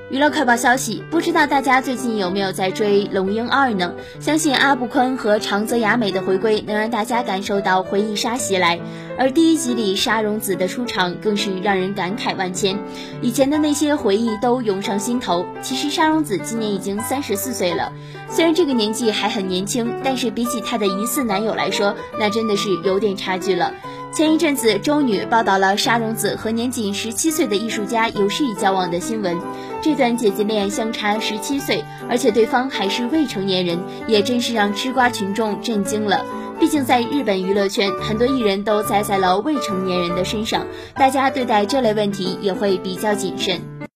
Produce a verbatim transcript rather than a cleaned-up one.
娱乐快报消息，不知道大家最近有没有在追《龙樱二》呢？相信阿部宽和长泽雅美的回归能让大家感受到回忆杀袭来，而第一集里沙荣子的出场更是让人感慨万千，以前的那些回忆都涌上心头。其实沙荣子今年已经三十四岁了，虽然这个年纪还很年轻，但是比起她的疑似男友来说，那真的是有点差距了。前一阵子周女报道了沙荣子和年仅十七岁的艺术家有事交往的新闻，这段姐姐恋相差十七岁，而且对方还是未成年人，也真是让吃瓜群众震惊了。毕竟在日本娱乐圈，很多艺人都栽在了未成年人的身上，大家对待这类问题也会比较谨慎。